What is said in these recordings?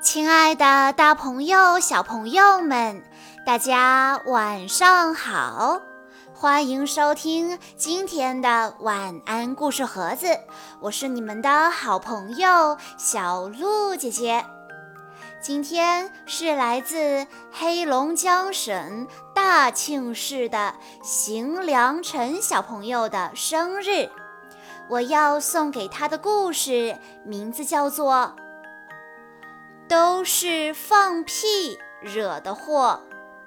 亲爱的大朋友、小朋友们，大家晚上好！欢迎收听今天的晚安故事盒子，我是你们的好朋友小鹿姐姐。今天是来自黑龙江省大庆市的邢良辰小朋友的生日，我要送给他的故事名字叫做都是放屁惹的祸。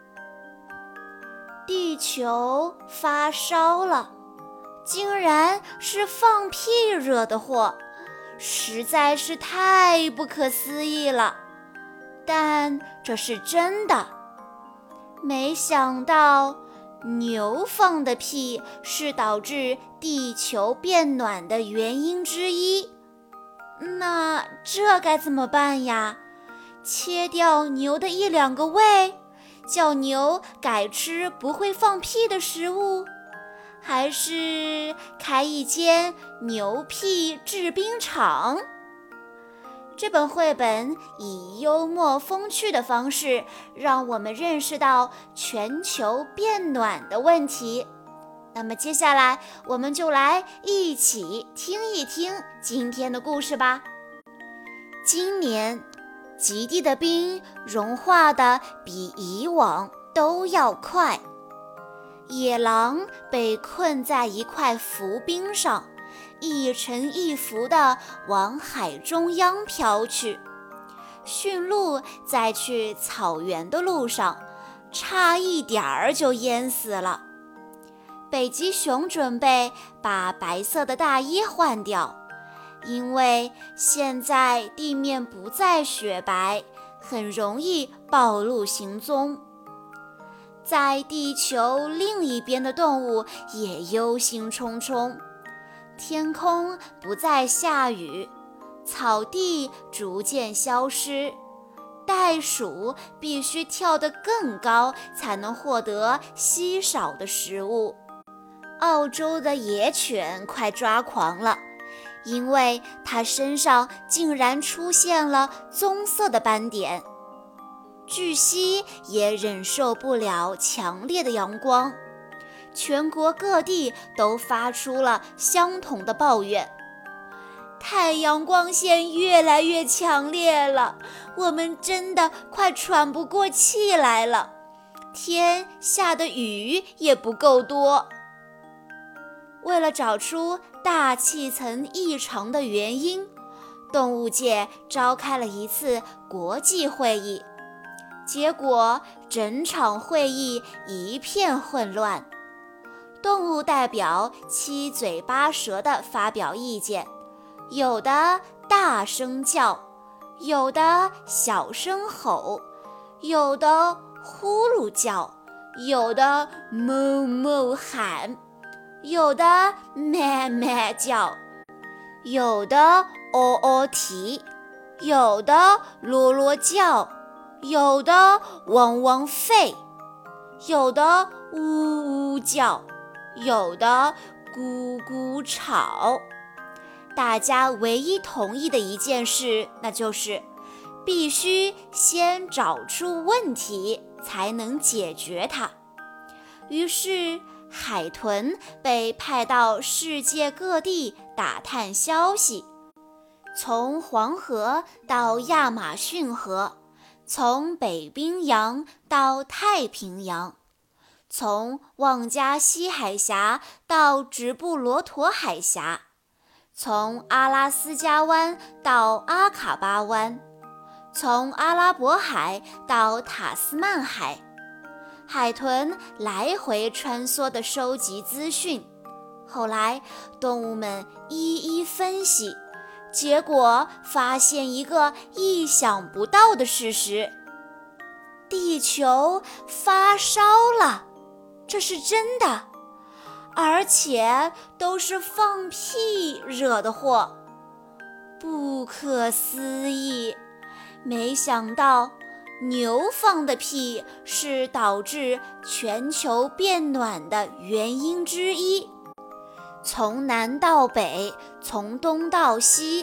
地球发烧了，竟然是放屁惹的祸，实在是太不可思议了。但这是真的。没想到牛放的屁是导致地球变暖的原因之一。那这该怎么办呀？切掉牛的一两个胃，叫牛改吃不会放屁的食物，还是开一间牛屁制冰厂？这本绘本以幽默风趣的方式，让我们认识到全球变暖的问题。那么接下来，我们就来一起听一听今天的故事吧。今年极地的冰融化的比以往都要快，野狼被困在一块浮冰上，一沉一浮地往海中央飘去。驯鹿在去草原的路上，差一点儿就淹死了。北极熊准备把白色的大衣换掉，因为现在地面不再雪白，很容易暴露行踪。在地球另一边的动物也忧心忡忡，天空不再下雨，草地逐渐消失，袋鼠必须跳得更高才能获得稀少的食物。澳洲的野犬快抓狂了，因为它身上竟然出现了棕色的斑点。巨蜥也忍受不了强烈的阳光，全国各地都发出了相同的抱怨。太阳光线越来越强烈了，我们真的快喘不过气来了，天下的雨也不够多。为了找出大气层异常的原因，动物界召开了一次国际会议，结果整场会议一片混乱。动物代表七嘴八舌地发表意见，有的大声叫，有的小声吼，有的呼噜叫，有的哞哞喊，有的咩咩叫，有的喔喔啼，有的啰啰叫，有的汪汪吠，有的呜呜叫，有的咕咕吵。大家唯一同意的一件事，那就是必须先找出问题，才能解决它。于是海豚被派到世界各地打探消息，从黄河到亚马逊河，从北冰洋到太平洋，从旺加西海峡到直布罗陀海峡，从阿拉斯加湾到阿卡巴湾，从阿拉伯海到塔斯曼海。海豚来回穿梭地收集资讯，后来动物们一一分析，结果发现一个意想不到的事实：地球发烧了，这是真的，而且都是放屁惹的祸。不可思议，没想到牛放的屁是导致全球变暖的原因之一。从南到北，从东到西，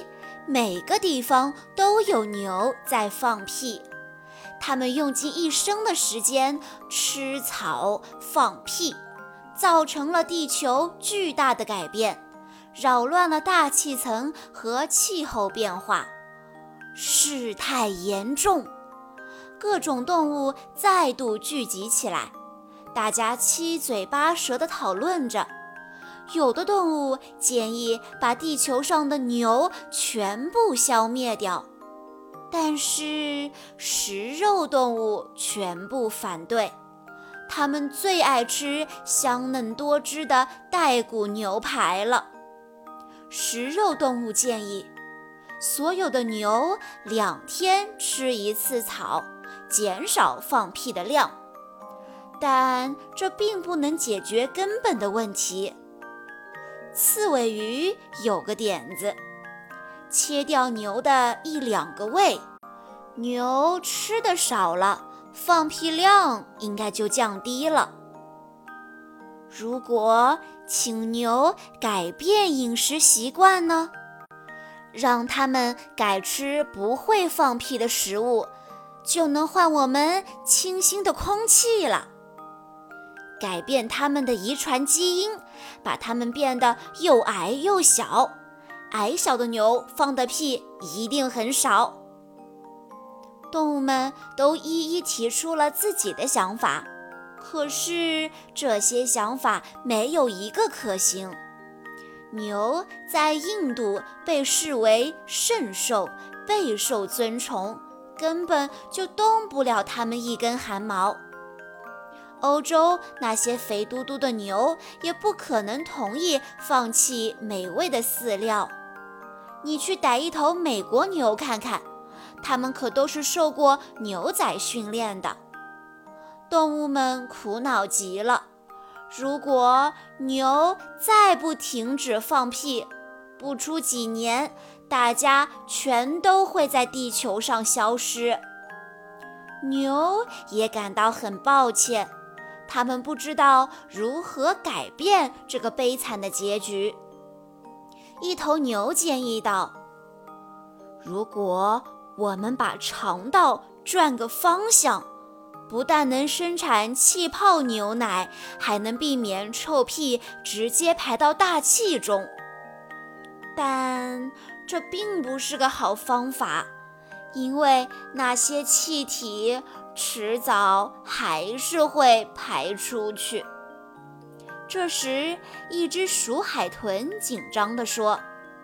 每个地方都有牛在放屁。它们用尽一生的时间吃草放屁，造成了地球巨大的改变，扰乱了大气层和气候变化，事态严重。各种动物再度聚集起来，大家七嘴八舌地讨论着。有的动物建议把地球上的牛全部消灭掉，但是食肉动物全部反对，它们最爱吃香嫩多汁的带骨牛排了。食肉动物建议，所有的牛2天吃1次草，减少放屁的量。但这并不能解决根本的问题。刺猬鱼有个点子，切掉牛的1-2个胃，牛吃的少了，放屁量应该就降低了。如果请牛改变饮食习惯呢？让它们改吃不会放屁的食物，就能换我们清新的空气了。改变它们的遗传基因，把它们变得又矮又小，矮小的牛放的屁一定很少。动物们都一一提出了自己的想法，可是这些想法没有一个可行。牛在印度被视为圣兽，备受尊崇，根本就动不了它们一根汗毛。欧洲那些肥嘟嘟的牛也不可能同意放弃美味的饲料。你去逮一头美国牛看看，它们可都是受过牛仔训练的。动物们苦恼极了，如果牛再不停止放屁，不出几年，大家全都会在地球上消失。牛也感到很抱歉，他们不知道如何改变这个悲惨的结局。一头牛建议道：如果我们把肠道转个方向，不但能生产气泡牛奶，还能避免臭屁直接排到大气中。但这并不是个好方法，因为那些气体迟早还是会排出去。这时，一只鼠海豚紧张地说：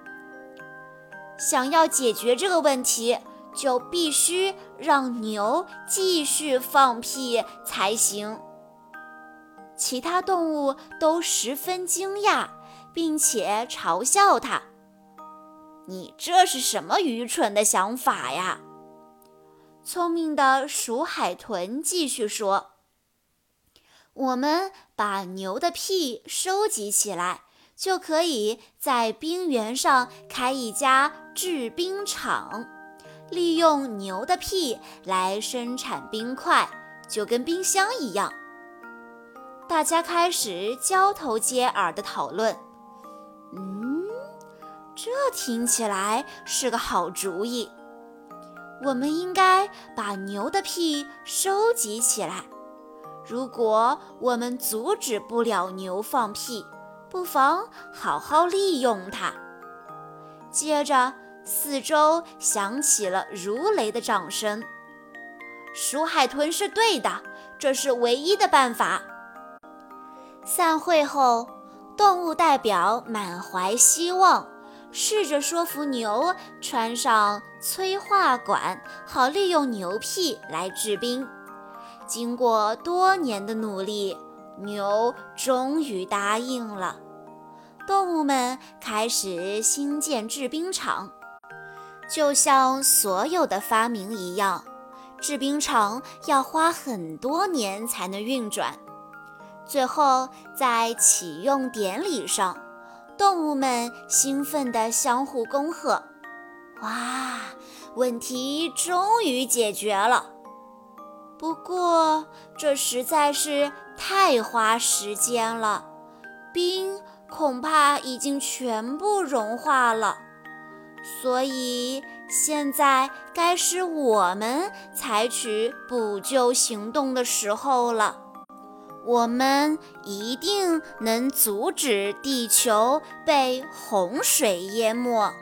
想要解决这个问题，就必须让牛继续放屁才行。其他动物都十分惊讶，并且嘲笑它：你这是什么愚蠢的想法呀？聪明的鼠海豚继续说：我们把牛的屁收集起来，就可以在冰原上开一家制冰厂，利用牛的屁来生产冰块，就跟冰箱一样。大家开始交头接耳地讨论，这听起来是个好主意。我们应该把牛的屁收集起来。如果我们阻止不了牛放屁，不妨好好利用它。接着，四周响起了如雷的掌声。鼠海豚是对的，这是唯一的办法。散会后，动物代表满怀希望，试着说服牛穿上催化管，好利用牛屁来制冰。经过多年的努力，牛终于答应了。动物们开始新建制冰厂。就像所有的发明一样，制冰厂要花很多年才能运转。最后，在启用典礼上，动物们兴奋地相互恭贺：哇，问题终于解决了！不过，这实在是太花时间了，冰恐怕已经全部融化了。 所以现在该是我们采取补救行动的时候了。我们一定能阻止地球被洪水淹没。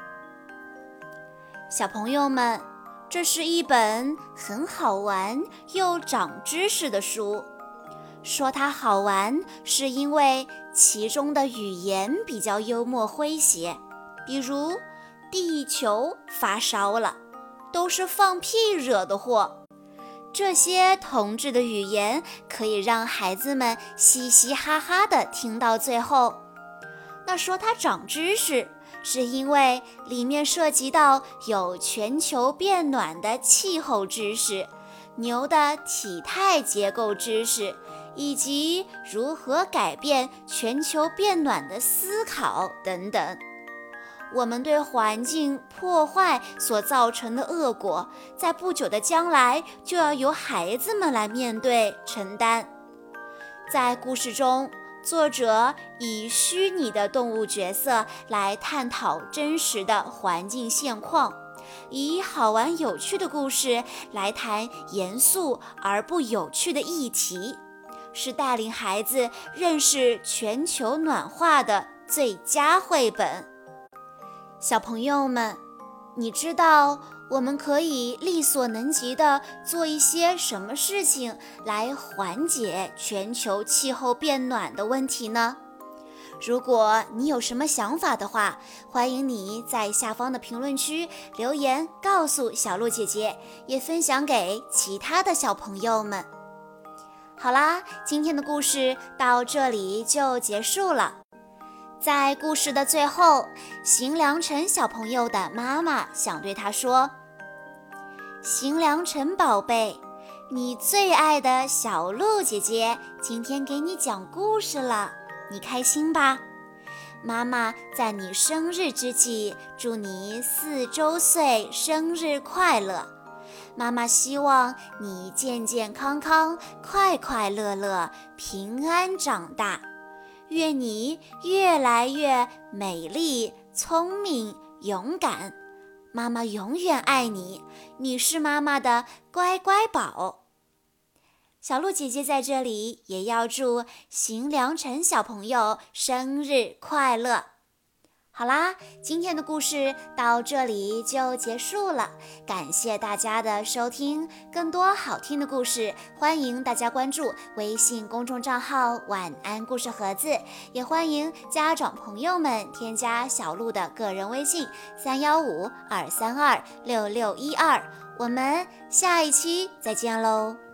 小朋友们，这是一本很好玩又长知识的书。说它好玩，是因为其中的语言比较幽默诙谐，比如地球发烧了，都是放屁惹的祸。这些童稚的语言可以让孩子们嘻嘻哈哈地听到最后。那说它长知识，是因为里面涉及到有全球变暖的气候知识、牛的体态结构知识，以及如何改变全球变暖的思考等等。我们对环境破坏所造成的恶果，在不久的将来就要由孩子们来面对承担。在故事中，作者以虚拟的动物角色来探讨真实的环境现况，以好玩有趣的故事来谈严肃而不有趣的议题，是带领孩子认识全球暖化的最佳绘本。小朋友们，你知道我们可以力所能及地做一些什么事情来缓解全球气候变暖的问题呢？如果你有什么想法的话，欢迎你在下方的评论区留言告诉小鹿姐姐，也分享给其他的小朋友们。好啦，今天的故事到这里就结束了。在故事的最后，邢良辰小朋友的妈妈想对他说：邢良辰宝贝，你最爱的小鹿姐姐今天给你讲故事了，你开心吧？妈妈在你生日之际，祝你4周岁生日快乐。妈妈希望你健健康康、快快乐乐、平安长大。愿你越来越美丽、聪明、勇敢。妈妈永远爱你，你是妈妈的乖乖宝。小鹿姐姐在这里也要祝邢良辰小朋友生日快乐。好啦，今天的故事到这里就结束了，感谢大家的收听。更多好听的故事，欢迎大家关注微信公众账号晚安故事盒子，也欢迎家长朋友们添加小鹿的个人微信315-232-6612。我们下一期再见喽。